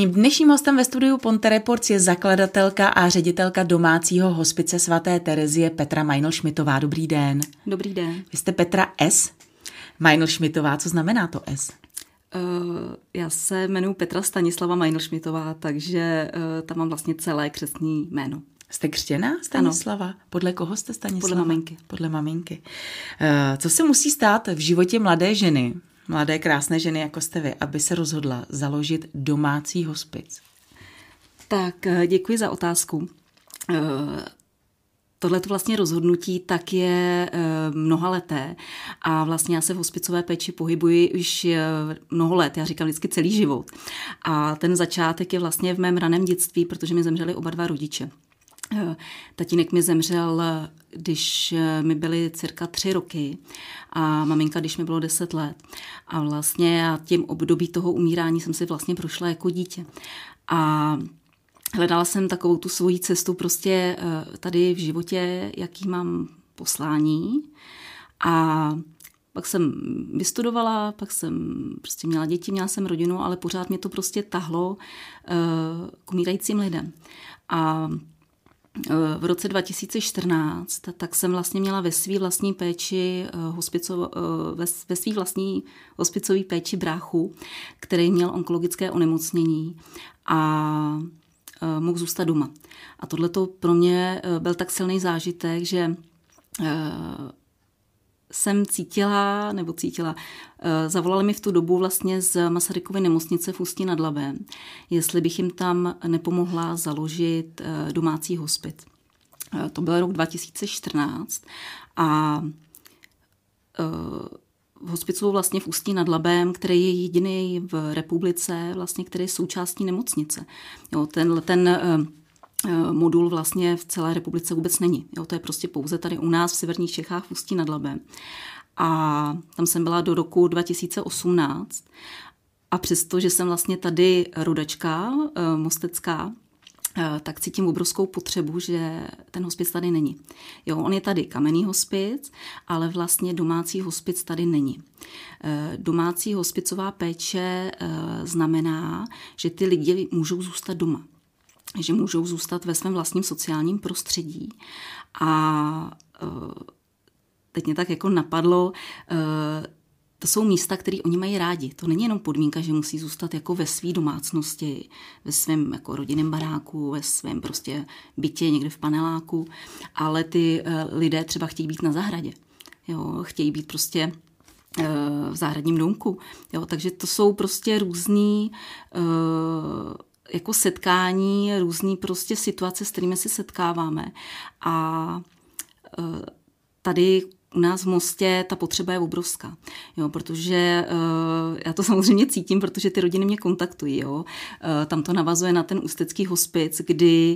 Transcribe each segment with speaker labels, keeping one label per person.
Speaker 1: Mým dnešním hostem ve studiu Ponte Reports je zakladatelka a ředitelka domácího hospice svaté Terezie Petra Meinl-Schmittová. Dobrý den.
Speaker 2: Dobrý den.
Speaker 1: Vy jste Petra S. Meinl-Schmittová. Co znamená to S?
Speaker 2: Já se jmenuji Petra Stanislava Meinl-Schmittová, takže tam mám vlastně celé křestní jméno.
Speaker 1: Jste křtěná Stanislava? Ano. Podle koho jste Stanislava?
Speaker 2: Podle maminky.
Speaker 1: Podle maminky. Co se musí stát v životě mladé ženy, mladé krásné ženy, jako jste vy, aby se rozhodla založit domácí hospic?
Speaker 2: Tak děkuji za otázku. Tohleto vlastně rozhodnutí tak je mnohaleté a vlastně já se v hospicové péči pohybuji už mnoho let, já říkám vždycky celý život. A ten začátek je vlastně v mém raném dětství, protože mi zemřeli oba dva rodiče. Tatínek mi zemřel, když mi byly cirka 3 roky a maminka, když mi bylo 10 let. A vlastně já tím období toho umírání jsem si vlastně prošla jako dítě. A hledala jsem takovou tu svoji cestu prostě tady v životě, jaký mám poslání. A pak jsem vystudovala, pak jsem prostě měla děti, měla jsem rodinu, ale pořád mě to prostě tahlo k umírajícím lidem. A v roce 2014 tak jsem vlastně měla ve své vlastní péči ve své vlastní hospicové péči bráchu, který měl onkologické onemocnění a mohl zůstat doma. A tohleto pro mě byl tak silný zážitek, že jsem cítila, zavolali mi v tu dobu vlastně z Masarykovy nemocnice v Ústí nad Labem, jestli bych jim tam nepomohla založit domácí hospic. To byl rok 2014 a v hospicu vlastně v Ústí nad Labem, který je jediný v republice, vlastně, který je součástí nemocnice. Jo, ten modul vlastně v celé republice vůbec není. Jo, to je prostě pouze tady u nás v severních Čechách v Ústí nad Labem. A tam jsem byla do roku 2018 a přesto, že jsem vlastně tady rodačka mostecká, tak cítím obrovskou potřebu, že ten hospic tady není. Jo, on je tady kamenný hospic, ale vlastně domácí hospic tady není. Domácí hospicová péče znamená, že ty lidi můžou zůstat doma. Že můžou zůstat ve svém vlastním sociálním prostředí. A teď mě tak jako napadlo, to jsou místa, které oni mají rádi. To není jenom podmínka, že musí zůstat jako ve své domácnosti, ve svém jako rodinném baráku, ve svém prostě bytě, někde v paneláku, ale ty lidé třeba chtějí být na zahradě. Jo, chtějí být prostě v zahradním domku. Jo, takže to jsou prostě různý jako setkání, různý prostě situace, s kterými se setkáváme. A tady u nás v Mostě ta potřeba je obrovská, jo, protože já to samozřejmě cítím, protože ty rodiny mě kontaktují. Jo. Tam to navazuje na ten ústecký hospic, kdy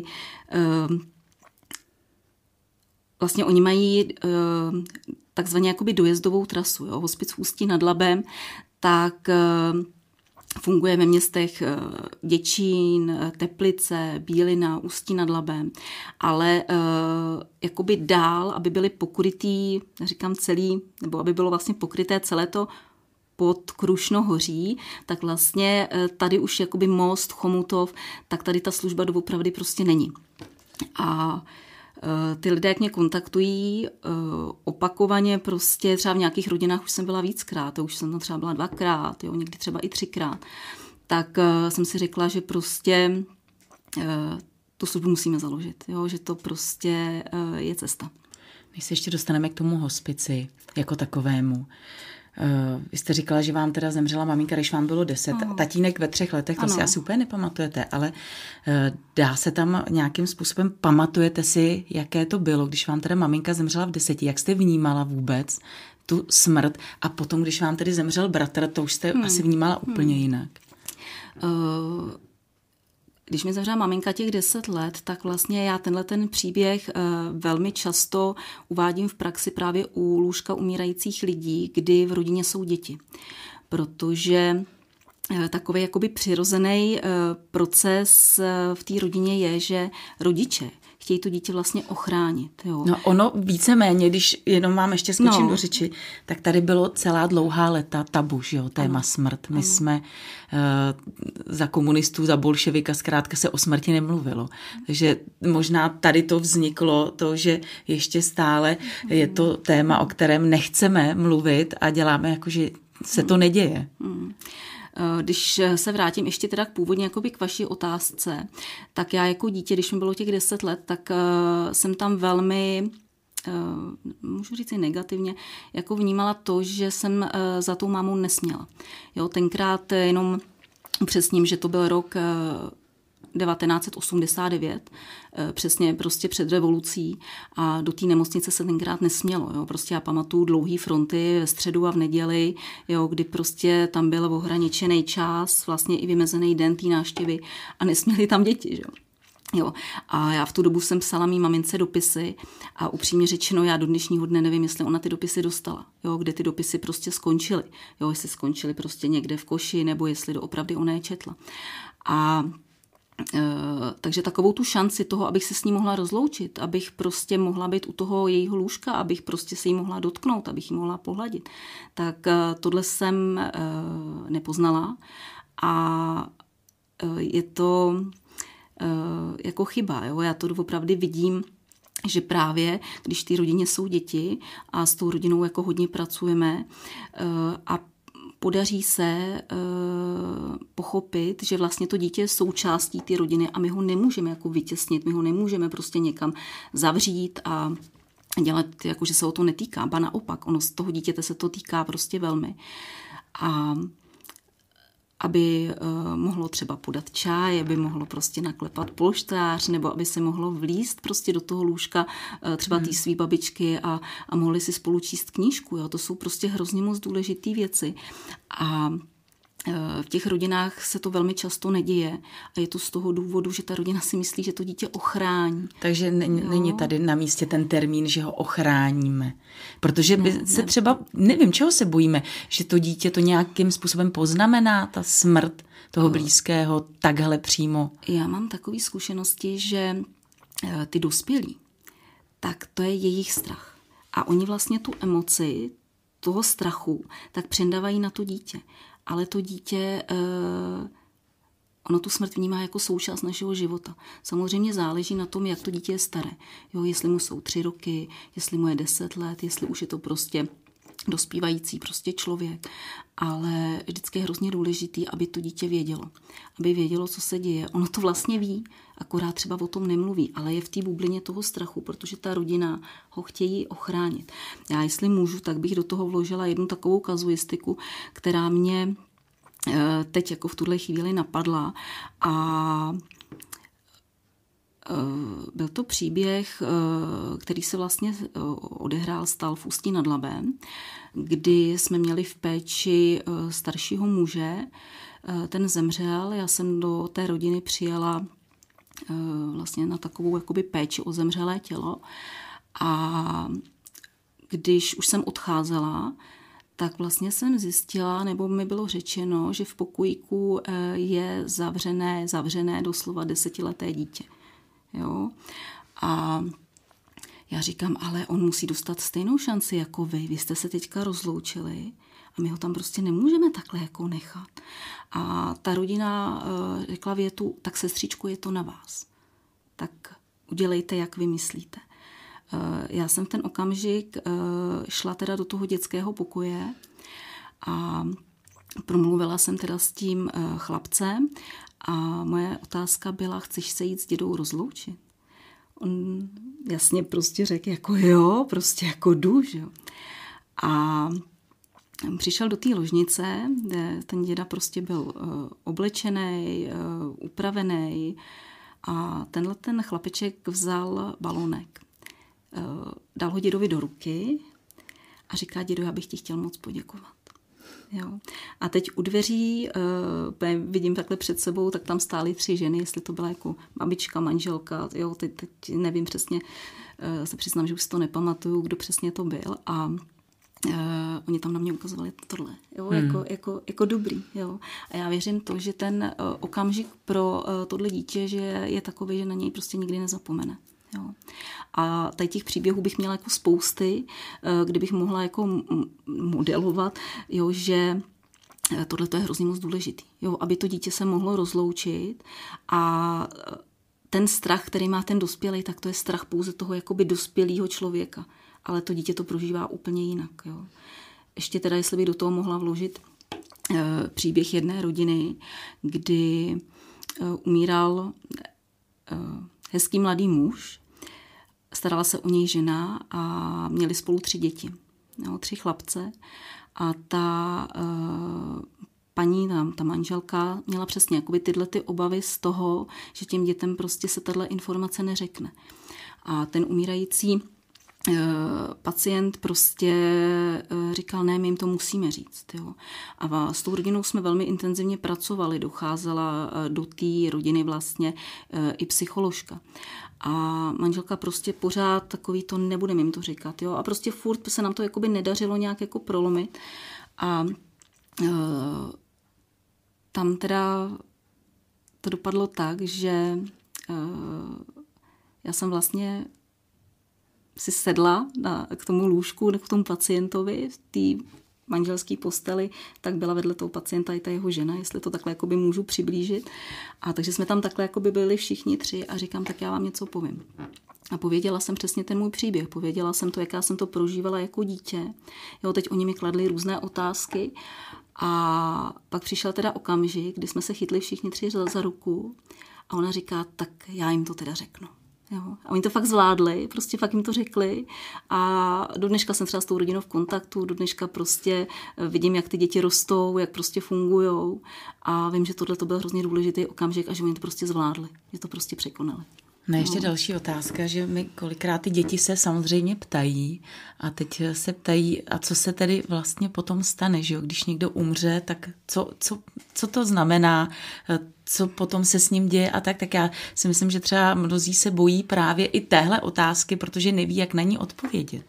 Speaker 2: vlastně oni mají takzvaně jakoby dojezdovou trasu. Jo. Hospic v Ústí nad Labem, tak funguje ve městech Děčín, Teplice, Bílina, Ústí nad Labem, ale jakoby dál, aby byly pokrytý, říkám celý, nebo aby bylo vlastně pokryté celé to pod Krušnohoří, tak vlastně tady už jakoby Most, Chomutov, tak tady ta služba doopravdy prostě není. A ty lidé, jak mě kontaktují opakovaně, prostě třeba v nějakých rodinách už jsem byla víckrát, už jsem tam třeba byla 2krát, jo, někdy třeba i 3krát, tak jsem si řekla, že prostě tu službu musíme založit, jo, že to prostě je cesta.
Speaker 1: Než se ještě dostaneme k tomu hospici jako takovému. Vy jste říkala, že vám teda zemřela maminka, když vám bylo 10, tatínek ve 3 letech, to ano. Si asi úplně nepamatujete, ale dá se tam nějakým způsobem, pamatujete si, jaké to bylo, když vám teda maminka zemřela v 10, jak jste vnímala vůbec tu smrt a potom, když vám tedy zemřel bratr, to už jste asi vnímala úplně jinak.
Speaker 2: Když mi zemřela maminka těch 10 let, tak vlastně já ten příběh velmi často uvádím v praxi právě u lůžka umírajících lidí, kdy v rodině jsou děti. Protože takový jakoby přirozený proces v té rodině je, že rodiče chtějí to dítě vlastně ochránit. Jo.
Speaker 1: No ono víceméně, když jenom vám ještě skočím do řeči, tak tady bylo celá dlouhá léta tabu, že jo, téma smrt. My jsme za komunistů, za bolševika zkrátka se o smrti nemluvilo. Takže možná tady to vzniklo, to, že ještě stále je to téma, o kterém nechceme mluvit a děláme jako, že se to neděje.
Speaker 2: Když se vrátím ještě teda původně jakoby k vaší otázce, tak já jako dítě, když mi bylo těch 10 let, tak jsem tam velmi, můžu říct i negativně, jako vnímala to, že jsem za tou mámou nesměla. Jo, tenkrát jenom upřesním, že to byl rok 1989, přesně prostě před revolucí a do té nemocnice se tenkrát nesmělo. Jo. Prostě já pamatuju dlouhý fronty ve středu a v neděli, jo, kdy prostě tam byl ohraničený čas, vlastně i vymezený den té návštěvy a nesměli tam děti. Že? Jo. A já v tu dobu jsem psala mý mamince dopisy a upřímně řečeno, já do dnešního dne nevím, jestli ona ty dopisy dostala, jo, kde ty dopisy prostě skončily. Jo, jestli skončily prostě někde v koši, nebo jestli doopravdy ona je četla. Takže takovou tu šanci toho, abych se s ní mohla rozloučit, abych prostě mohla být u toho jejího lůžka, abych prostě se jí mohla dotknout, abych jí mohla pohladit, tak tohle jsem nepoznala a je to jako chyba. Jo? Já to opravdu vidím, že právě, když ty rodině jsou děti a s tou rodinou jako hodně pracujeme a podaří se pochopit, že vlastně to dítě je součástí té rodiny a my ho nemůžeme jako vytěsnit, my ho nemůžeme prostě někam zavřít a dělat, jako že se o to netýká. Ba naopak, ono z toho dítěte se to týká prostě velmi. A aby mohlo třeba podat čaj, aby mohlo prostě naklepat polštář, nebo aby se mohlo vlízt prostě do toho lůžka třeba té svý babičky a mohli si spolu číst knížku. Jo? To jsou prostě hrozně moc důležité věci. A v těch rodinách se to velmi často neděje a je to z toho důvodu, že ta rodina si myslí, že to dítě ochrání.
Speaker 1: Takže není tady na místě ten termín, že ho ochráníme. Protože by se třeba, nevím, čeho se bojíme, že to dítě to nějakým způsobem poznamená, ta smrt toho blízkého takhle přímo.
Speaker 2: Já mám takové zkušenosti, že ty dospělí, tak to je jejich strach. A oni vlastně tu emoci toho strachu tak předávají na to dítě. Ale to dítě, ono tu smrt vnímá jako součást našeho života. Samozřejmě záleží na tom, jak to dítě je staré. Jo, jestli mu jsou 3 roky, jestli mu je 10 let, jestli už je to prostě dospívající prostě člověk. Ale vždycky je hrozně důležitý, aby to dítě vědělo. Aby vědělo, co se děje. Ono to vlastně ví, akorát třeba o tom nemluví, ale je v té bublině toho strachu, protože ta rodina ho chtějí ochránit. Já, jestli můžu, tak bych do toho vložila jednu takovou kazuistiku, která mě teď jako v tuhle chvíli napadla a byl to příběh, který se vlastně stal v Ústí nad Labem, kdy jsme měli v péči staršího muže, ten zemřel, já jsem do té rodiny přijela vlastně na takovou jakoby péči o zemřelé tělo a když už jsem odcházela, tak vlastně jsem zjistila, nebo mi bylo řečeno, že v pokojíku je zavřené doslova 10leté dítě. Jo? A já říkám, ale on musí dostat stejnou šanci jako vy. Vy jste se teďka rozloučili a my ho tam prostě nemůžeme takhle jako nechat. A ta rodina řekla větu, tak sestřičku, je to na vás. Tak udělejte, jak vy myslíte. Já jsem v ten okamžik šla teda do toho dětského pokoje a promluvila jsem teda s tím chlapcem a moje otázka byla, chceš se jít s dědou rozloučit? On jasně prostě řekl, jako jo, prostě jako jdu, že? A přišel do té ložnice, kde ten děda prostě byl oblečený, upravený a ten chlapeček vzal balonek. Dal ho dědovi do ruky a říká, dědo, já bych ti chtěl moc poděkovat. Jo. A teď u dveří, vidím takhle před sebou, tak tam stály 3 ženy, jestli to byla jako babička, manželka, jo, teď nevím přesně, se přiznám, že už si to nepamatuju, kdo přesně to byl. A oni tam na mě ukazovali tohle, jo, jako dobrý. Jo. A já věřím to, že ten okamžik pro tohle dítě, že je takový, že na něj prostě nikdy nezapomene. Jo. A tady těch příběhů bych měla jako spousty, kdybych mohla jako modelovat, jo, že tohle to je hrozně moc důležitý, jo, aby to dítě se mohlo rozloučit a ten strach, který má ten dospělý, tak to je strach pouze toho jakoby dospělého člověka, ale to dítě to prožívá úplně jinak. Jo. Ještě teda, jestli bych do toho mohla vložit příběh jedné rodiny, kdy umíral hezký mladý muž, starala se o něj žena a měli spolu 3 děti, jo, 3 chlapce a ta paní, ta manželka měla přesně jakoby tyhle ty obavy z toho, že těm dětem prostě se tato informace neřekne. A ten umírající pacient prostě říkal, ne, my jim to musíme říct. Jo. A s tou rodinou jsme velmi intenzivně pracovali, docházela do té rodiny vlastně i psycholožka. A manželka prostě pořád takový to, nebudeme jim to říkat. Jo. A prostě furt se nám to jakoby nedařilo nějak jako prolomit. A tam teda to dopadlo tak, že já jsem vlastně si sedla k tomu lůžku, k tomu pacientovi v té manželské posteli, tak byla vedle toho pacienta i ta jeho žena, jestli to takhle jakoby můžu přiblížit. A takže jsme tam takhle jakoby byli všichni 3 a říkám, tak já vám něco povím. A pověděla jsem přesně ten můj příběh, pověděla jsem to, jaká jsem to prožívala jako dítě. Jo, teď oni mi kladli různé otázky a pak přišel teda okamžik, kdy jsme se chytli všichni 3 za ruku a ona říká, tak já jim to teda řeknu. Jo. A oni to fakt zvládli, prostě fakt jim to řekli a do dneška jsem třeba s tou rodinou v kontaktu, do dneška prostě vidím, jak ty děti rostou, jak prostě fungujou a vím, že tohle to byl hrozně důležitý okamžik a že oni to prostě zvládli, že to prostě překonali.
Speaker 1: No ještě další otázka, že mi kolikrát ty děti se samozřejmě ptají a teď se ptají, a co se tedy vlastně potom stane, že jo? Když někdo umře, tak co to znamená, co potom se s ním děje a tak já si myslím, že třeba mnozí se bojí právě i téhle otázky, protože neví, jak na ní odpovědět.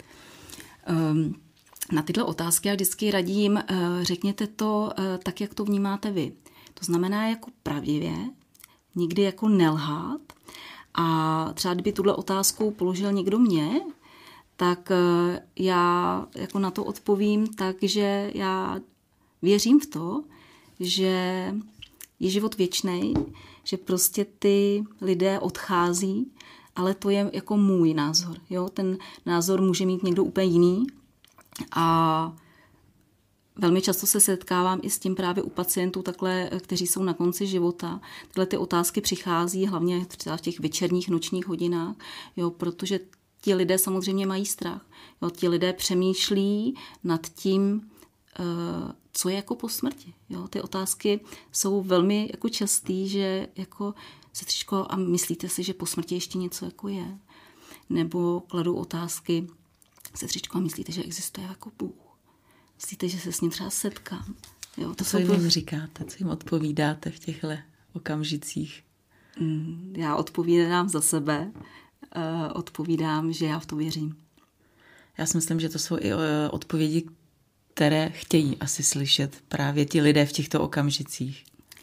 Speaker 2: Na tyhle otázky já vždycky radím, řekněte to tak, jak to vnímáte vy. To znamená jako pravdivě, nikdy jako nelhát. A třeba kdyby tuhle otázku položil někdo mě, tak já jako na to odpovím tak, že já věřím v to, že je život věčnej, že prostě ty lidé odchází, ale to je jako můj názor. Jo? Ten názor může mít někdo úplně jiný a velmi často se setkávám i s tím právě u pacientů, takhle, kteří jsou na konci života. Tyhle ty otázky přichází hlavně třeba v těch večerních, nočních hodinách, jo, protože ti lidé samozřejmě mají strach. Jo, ti lidé přemýšlí nad tím, co je jako po smrti. Jo, ty otázky jsou velmi jako častý, že jako sestřičko, a myslíte si, že po smrti ještě něco jako je? Nebo kladou otázky, sestřičko, a myslíte, že existuje jako Bůh? Myslíte, že se s ním třeba setkám? Jo,
Speaker 1: to co jim říkáte, co jim odpovídáte v těchto okamžicích?
Speaker 2: Já odpovídám za sebe, odpovídám, že já v to věřím.
Speaker 1: Já si myslím, že to jsou i odpovědi, které chtějí asi slyšet právě ti lidé v těchto okamžicích.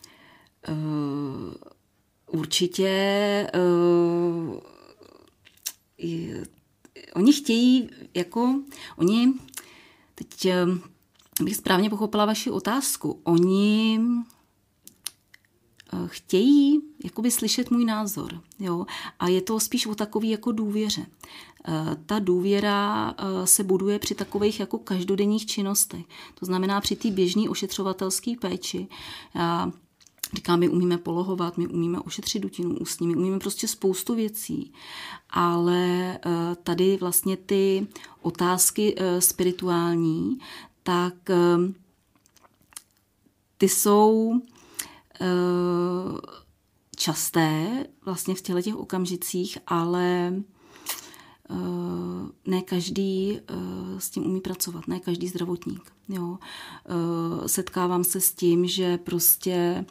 Speaker 2: Určitě oni chtějí, teď bych správně pochopila vaši otázku. Oni chtějí jakoby slyšet můj názor. Jo? A je to spíš o takový jako důvěře. Ta důvěra se buduje při takových jako každodenních činnostech. To znamená při té běžné ošetřovatelské péči. Říkám, my umíme polohovat, my umíme ošetřit dutinu ústní, my umíme prostě spoustu věcí, ale tady vlastně ty otázky spirituální, tak ty jsou časté vlastně v těch okamžicích, ale ne každý s tím umí pracovat, ne každý zdravotník. Jo. Setkávám se s tím, že prostě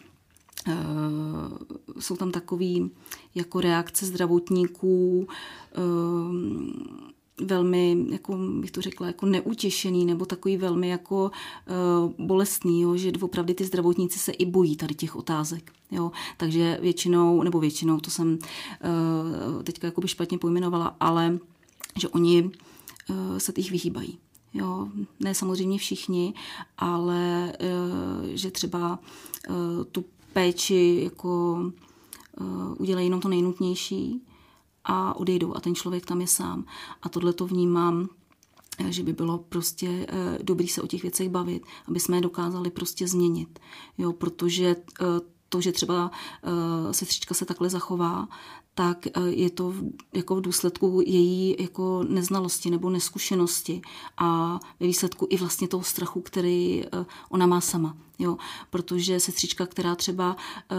Speaker 2: jsou tam takový jako reakce zdravotníků, velmi, jako bych to řekla, jako neutěšený nebo takový velmi jako bolestný, jo, že opravdu ty zdravotníci se i bojí tady těch otázek. Jo. Takže většinou, to jsem teďka jakoby špatně pojmenovala, ale že oni se těch vyhýbají. Jo, ne samozřejmě všichni, ale že třeba tu péči jako udělají jenom to nejnutnější a odejdou a ten člověk tam je sám. A tohle to vnímám, že by bylo prostě dobrý se o těch věcech bavit, aby jsme je dokázali prostě změnit. Jo, protože to, že třeba sestřička se takhle zachová, tak je to jako v důsledku její jako neznalosti nebo neskušenosti a ve výsledku i vlastně toho strachu, který ona má sama. Jo? Protože sestřička, která třeba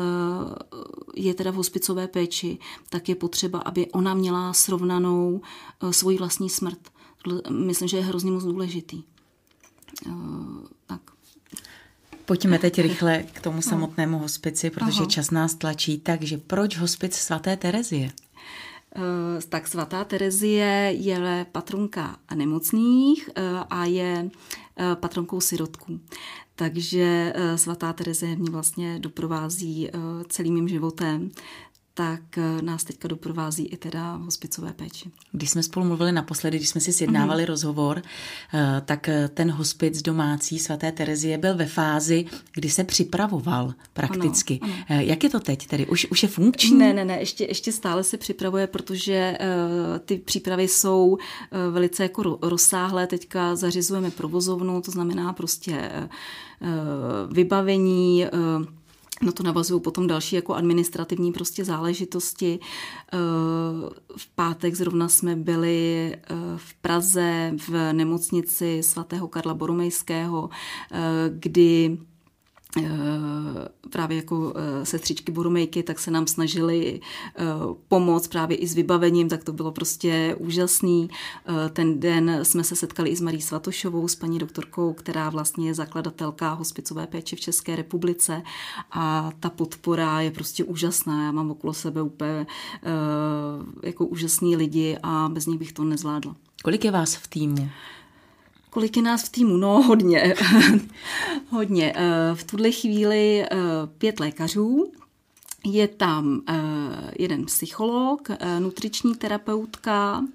Speaker 2: je teda v hospicové péči, tak je potřeba, aby ona měla srovnanou svoji vlastní smrt. Myslím, že je hrozně moc důležitý. Tak.
Speaker 1: Pojďme teď rychle k tomu samotnému hospici, protože čas nás tlačí. Takže proč hospic svaté Terezie?
Speaker 2: Tak svatá Terezie je patronka nemocných a je patronkou sirotků. Takže svatá Terezie mě vlastně doprovází celým mým životem, tak nás teďka doprovází i teda hospicové péči.
Speaker 1: Když jsme spolu mluvili naposledy, když jsme si sjednávali rozhovor, tak ten hospic domácí svaté Terezie byl ve fázi, kdy se připravoval prakticky. Ano. Jak je to teď tedy? Už je funkční?
Speaker 2: Ne, ještě stále se připravuje, protože ty přípravy jsou velice jako rozsáhlé. Teďka zařizujeme provozovnu, to znamená prostě vybavení, no to navazují potom další jako administrativní prostě záležitosti. V pátek zrovna jsme byli v Praze v nemocnici svatého Karla Boromejského, kdy právě jako sestřičky Boromejky, tak se nám snažili pomoct právě i s vybavením, tak to bylo prostě úžasný. Ten den jsme se setkali i s Marí Svatošovou, s paní doktorkou, která vlastně je zakladatelka hospicové péče v České republice a ta podpora je prostě úžasná. Já mám okolo sebe úplně jako úžasný lidi a bez nich bych to nezvládla.
Speaker 1: Kolik je vás v týmu?
Speaker 2: Kolik je nás v týmu? No, hodně. Hodně. V tuhle chvíli 5 lékařů. Je tam jeden psycholog, nutriční terapeutka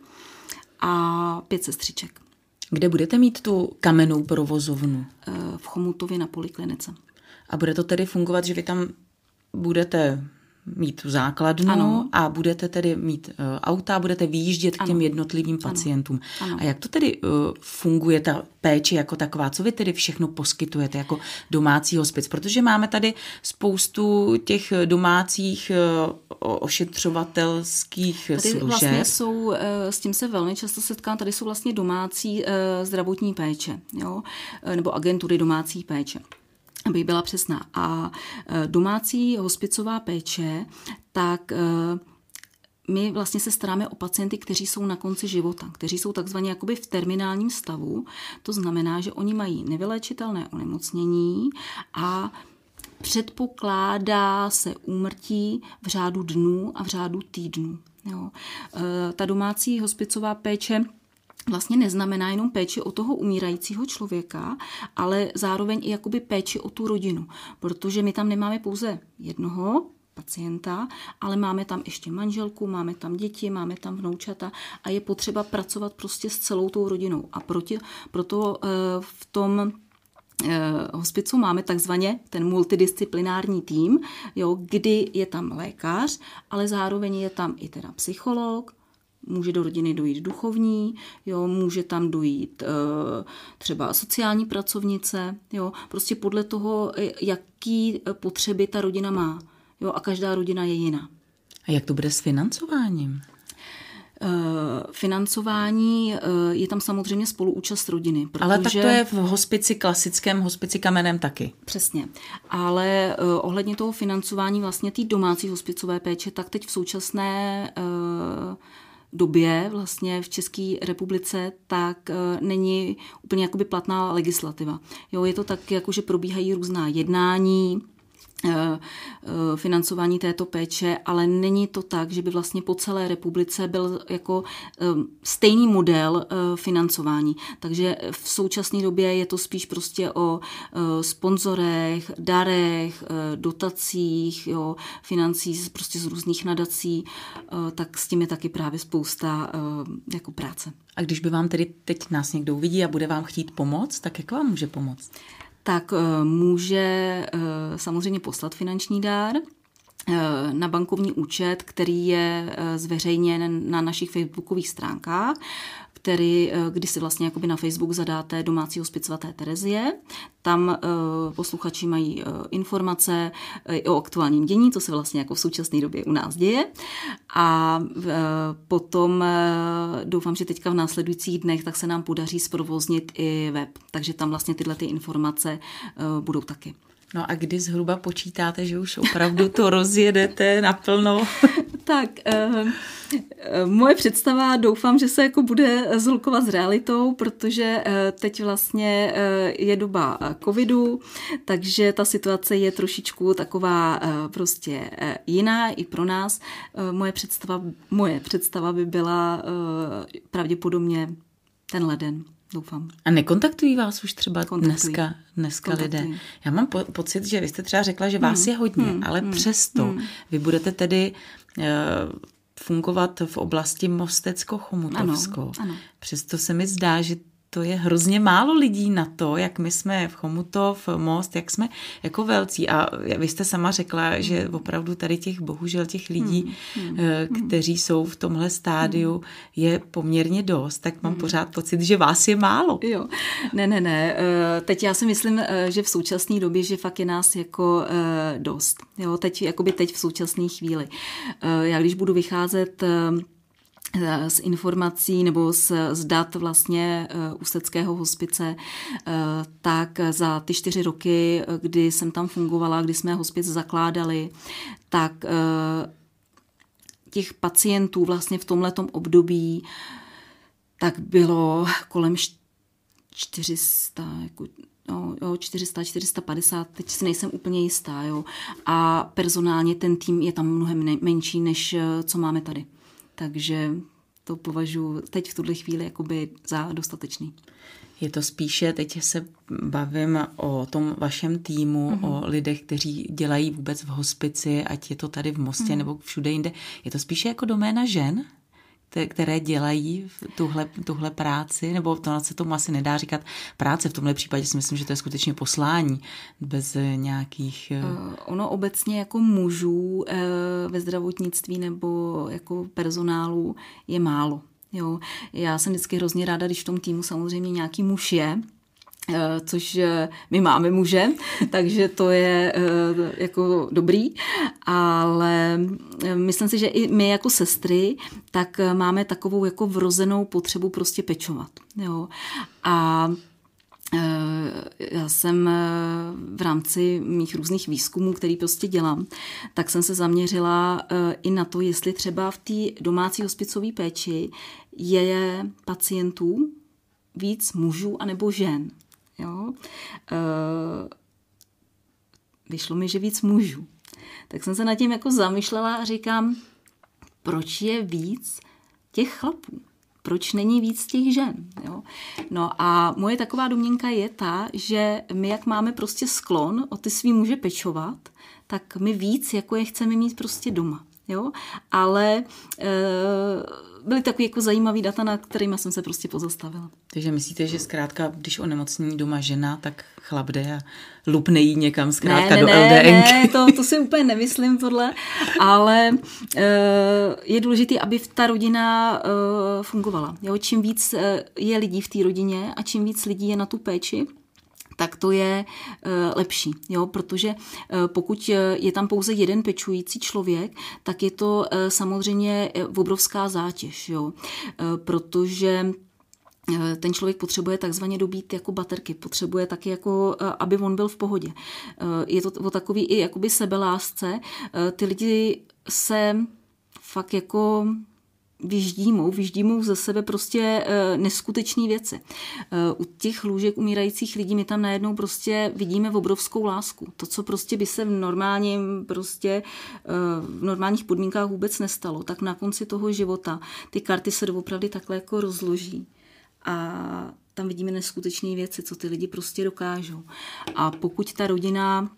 Speaker 2: a 5 sestřiček.
Speaker 1: Kde budete mít tu kamennou provozovnu?
Speaker 2: V Chomutově na poliklinice.
Speaker 1: A bude to tedy fungovat, že vy tam budete mít tu základnu, ano, a budete tedy mít auta a budete vyjíždět k těm jednotlivým pacientům. Ano. A jak to tedy funguje ta péče jako taková? Co vy tedy všechno poskytujete jako domácí hospic? Protože máme tady spoustu těch domácích ošetřovatelských
Speaker 2: tady
Speaker 1: služeb.
Speaker 2: Vlastně jsou, s tím se velmi často setkám, tady jsou vlastně domácí zdravotní péče, jo? Nebo agentury domácí péče, aby byla přesná. A domácí hospicová péče, tak my vlastně se staráme o pacienty, kteří jsou na konci života, kteří jsou takzvaně jakoby v terminálním stavu. To znamená, že oni mají nevyléčitelné onemocnění a předpokládá se úmrtí v řádu dnů a v řádu týdnů. Jo. Ta domácí hospicová péče vlastně neznamená jenom péči o toho umírajícího člověka, ale zároveň i jakoby péči o tu rodinu, protože my tam nemáme pouze jednoho pacienta, ale máme tam ještě manželku, máme tam děti, máme tam vnoučata a je potřeba pracovat prostě s celou tou rodinou. A proto v tom hospicu máme takzvaně ten multidisciplinární tým, jo, kdy je tam lékař, ale zároveň je tam i teda psycholog, může do rodiny dojít duchovní, jo, může tam dojít třeba sociální pracovnice, jo, prostě podle toho, jaký potřeby ta rodina má. Jo, a každá rodina je jiná.
Speaker 1: A jak to bude s financováním?
Speaker 2: Financování je tam samozřejmě spoluúčast rodiny. Protože...
Speaker 1: Ale tak to je v hospici klasickém, hospici kamenném taky.
Speaker 2: Přesně. Ale ohledně toho financování vlastně té domácí hospicové péče, tak teď v současné době vlastně v České republice tak není úplně jakoby platná legislativa. Jo, je to tak, jako že probíhají různá jednání, financování této péče, ale není to tak, že by vlastně po celé republice byl jako stejný model financování. Takže v současné době je to spíš prostě o sponzorech, darech, dotacích, jo, financí prostě z různých nadací, tak s tím je taky právě spousta jako práce.
Speaker 1: A když by vám tedy teď nás někdo uvidí a bude vám chtít pomoct, tak jak vám může pomoct?
Speaker 2: Tak může samozřejmě poslat finanční dár na bankovní účet, který je zveřejněn na našich facebookových stránkách, kdy si vlastně jakoby na Facebook zadáte Domácí hospic svaté Terezie. Tam posluchači mají informace o aktuálním dění, co se vlastně jako v současné době u nás děje. A potom doufám, že teďka v následujících dnech tak se nám podaří zprovoznit i web. Takže tam vlastně tyhle ty informace budou taky.
Speaker 1: No a kdy zhruba počítáte, že už opravdu to rozjedete naplno?
Speaker 2: Tak, moje představa, doufám, že se jako bude zhlukovat s realitou, protože teď vlastně je doba covidu, takže ta situace je trošičku taková prostě jiná i pro nás. Moje představa by byla pravděpodobně ten leden. Doufám.
Speaker 1: A nekontaktují vás už třeba dneska lidé? Já mám pocit, že vy jste třeba řekla, že vás je hodně, ale přesto vy budete tedy fungovat v oblasti Mostecko-Chomutovsko.
Speaker 2: Ano.
Speaker 1: Přesto se mi zdá, že to je hrozně málo lidí na to, jak my jsme v Chomutov, Most, jak jsme jako velcí. A vy jste sama řekla, že opravdu tady bohužel těch lidí, kteří jsou v tomhle stádiu, je poměrně dost. Tak mám pořád pocit, že vás je málo.
Speaker 2: Jo. Ne. Teď já si myslím, že v současné době, že fakt je nás jako dost. Jo, teď v současné chvíli. Já když budu vycházet z informací nebo z dat vlastně Ústeckého hospice, tak za ty 4 roky, kdy jsem tam fungovala, kdy jsme hospic zakládali, tak těch pacientů vlastně v tomhletom období tak bylo kolem 400, 450, teď si nejsem úplně jistá. Jo. A personálně ten tým je tam mnohem menší, než co máme tady. Takže to považuji teď v tuhle chvíli jakoby za dostatečný.
Speaker 1: Je to spíše, teď se bavím o tom vašem týmu, o lidech, kteří dělají vůbec v hospici, ať je to tady v Mostě nebo všude jinde. Je to spíše jako doména žen, které dělají tuhle práci, nebo to se tomu asi nedá říkat práce. V tomhle případě si myslím, že to je skutečně poslání bez nějakých...
Speaker 2: Ono obecně jako mužů ve zdravotnictví nebo jako personálu je málo. Jo. Já jsem vždycky hrozně ráda, když v tom týmu samozřejmě nějaký muž je, což my máme muže, takže to je jako dobrý, ale myslím si, že i my jako sestry tak máme takovou jako vrozenou potřebu prostě pečovat. Jo. A já jsem v rámci mých různých výzkumů, který prostě dělám, tak jsem se zaměřila i na to, jestli třeba v té domácí hospicové péči je pacientů víc mužů anebo žen. Jo? Vyšlo mi, že víc mužů. Tak jsem se nad tím jako zamýšlela a říkám, proč je víc těch chlapů? Proč není víc těch žen? Jo? No a moje taková domněnka je ta, že my jak máme prostě sklon o ty svý muže pečovat, tak my víc jako je chceme mít prostě doma. Jo? Ale byly takové jako zajímavé data, na kterými jsem se prostě pozastavila.
Speaker 1: Takže myslíte, že zkrátka, když onemocní doma žena, tak chlap jde a lupne jí někam zkrátka do LDNky?
Speaker 2: Ne, to si úplně nemyslím tohle, ale je důležité, aby ta rodina fungovala. Jo? Čím víc je lidí v té rodině a čím víc lidí je na tu péči, tak to je lepší, jo? Protože pokud je tam pouze jeden pečující člověk, tak je to samozřejmě obrovská zátěž, jo? Protože ten člověk potřebuje takzvaně dobít jako baterky, potřebuje taky jako, aby on byl v pohodě. Je to o takový i jakoby sebelásce. Ty lidi se fakt jako vyždímou ze sebe prostě neskutečné věci. U těch lůžek umírajících lidí my tam najednou prostě vidíme obrovskou lásku. To, co prostě by se v normálních podmínkách vůbec nestalo, tak na konci toho života ty karty se doopravdy takhle jako rozloží. A tam vidíme neskutečné věci, co ty lidi prostě dokážou. A pokud ta rodina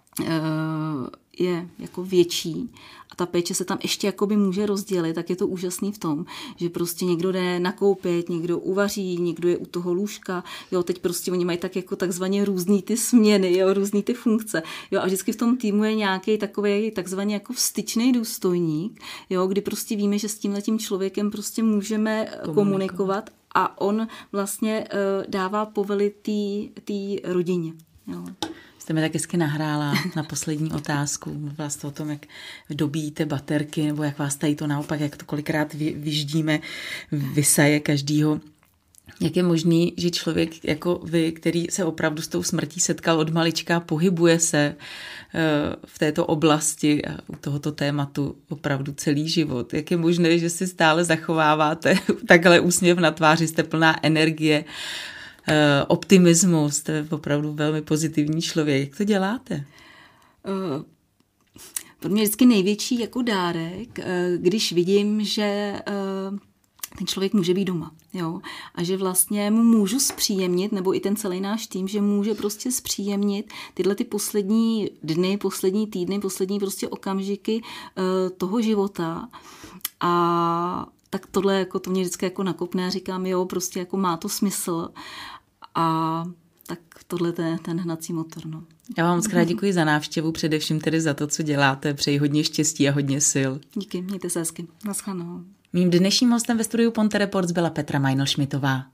Speaker 2: je jako větší a ta péče se tam ještě jakoby může rozdělit, tak je to úžasný v tom, že prostě někdo jde nakoupit, někdo uvaří, někdo je u toho lůžka, jo, teď prostě oni mají tak jako takzvaně různý ty směny, jo, různý ty funkce, jo, a vždycky v tom týmu je nějaký takový takzvaně jako styčný důstojník, jo, kdy prostě víme, že s tímhletím člověkem prostě můžeme komunikovat a on vlastně dává povely té rodině, jo.
Speaker 1: Jste mi tak hezky nahrála na poslední otázku. Mluvila jste o tom, jak dobíjíte baterky, nebo jak vás tady to naopak, jak to kolikrát vyždíme, vysaje každýho. Jak je možný, že člověk jako vy, který se opravdu s tou smrtí setkal od malička, pohybuje se v této oblasti a u tohoto tématu opravdu celý život. Jak je možné, že si stále zachováváte takhle úsměv na tváři, jste plná energie, optimismus, jste opravdu velmi pozitivní člověk. Jak to děláte?
Speaker 2: Pro mě vždycky největší jako dárek, když vidím, že ten člověk může být doma, jo, a že vlastně mu můžu zpříjemnit, nebo i ten celý náš tým, že může prostě zpříjemnit tyhle ty poslední dny, poslední týdny, poslední prostě okamžiky toho života. A tak tohle jako to mě vždycky jako nakopne a říkám, jo, prostě jako má to smysl. A tak tohle je ten hnací motor, no.
Speaker 1: Já vám moc krát děkuji za návštěvu, především tedy za to, co děláte. Přeji hodně štěstí a hodně sil.
Speaker 2: Díky, mějte se hezky. Naschledanou.
Speaker 1: Mým dnešním hostem ve studiu Ponte Reports byla Petra Meinl-Schmidtová.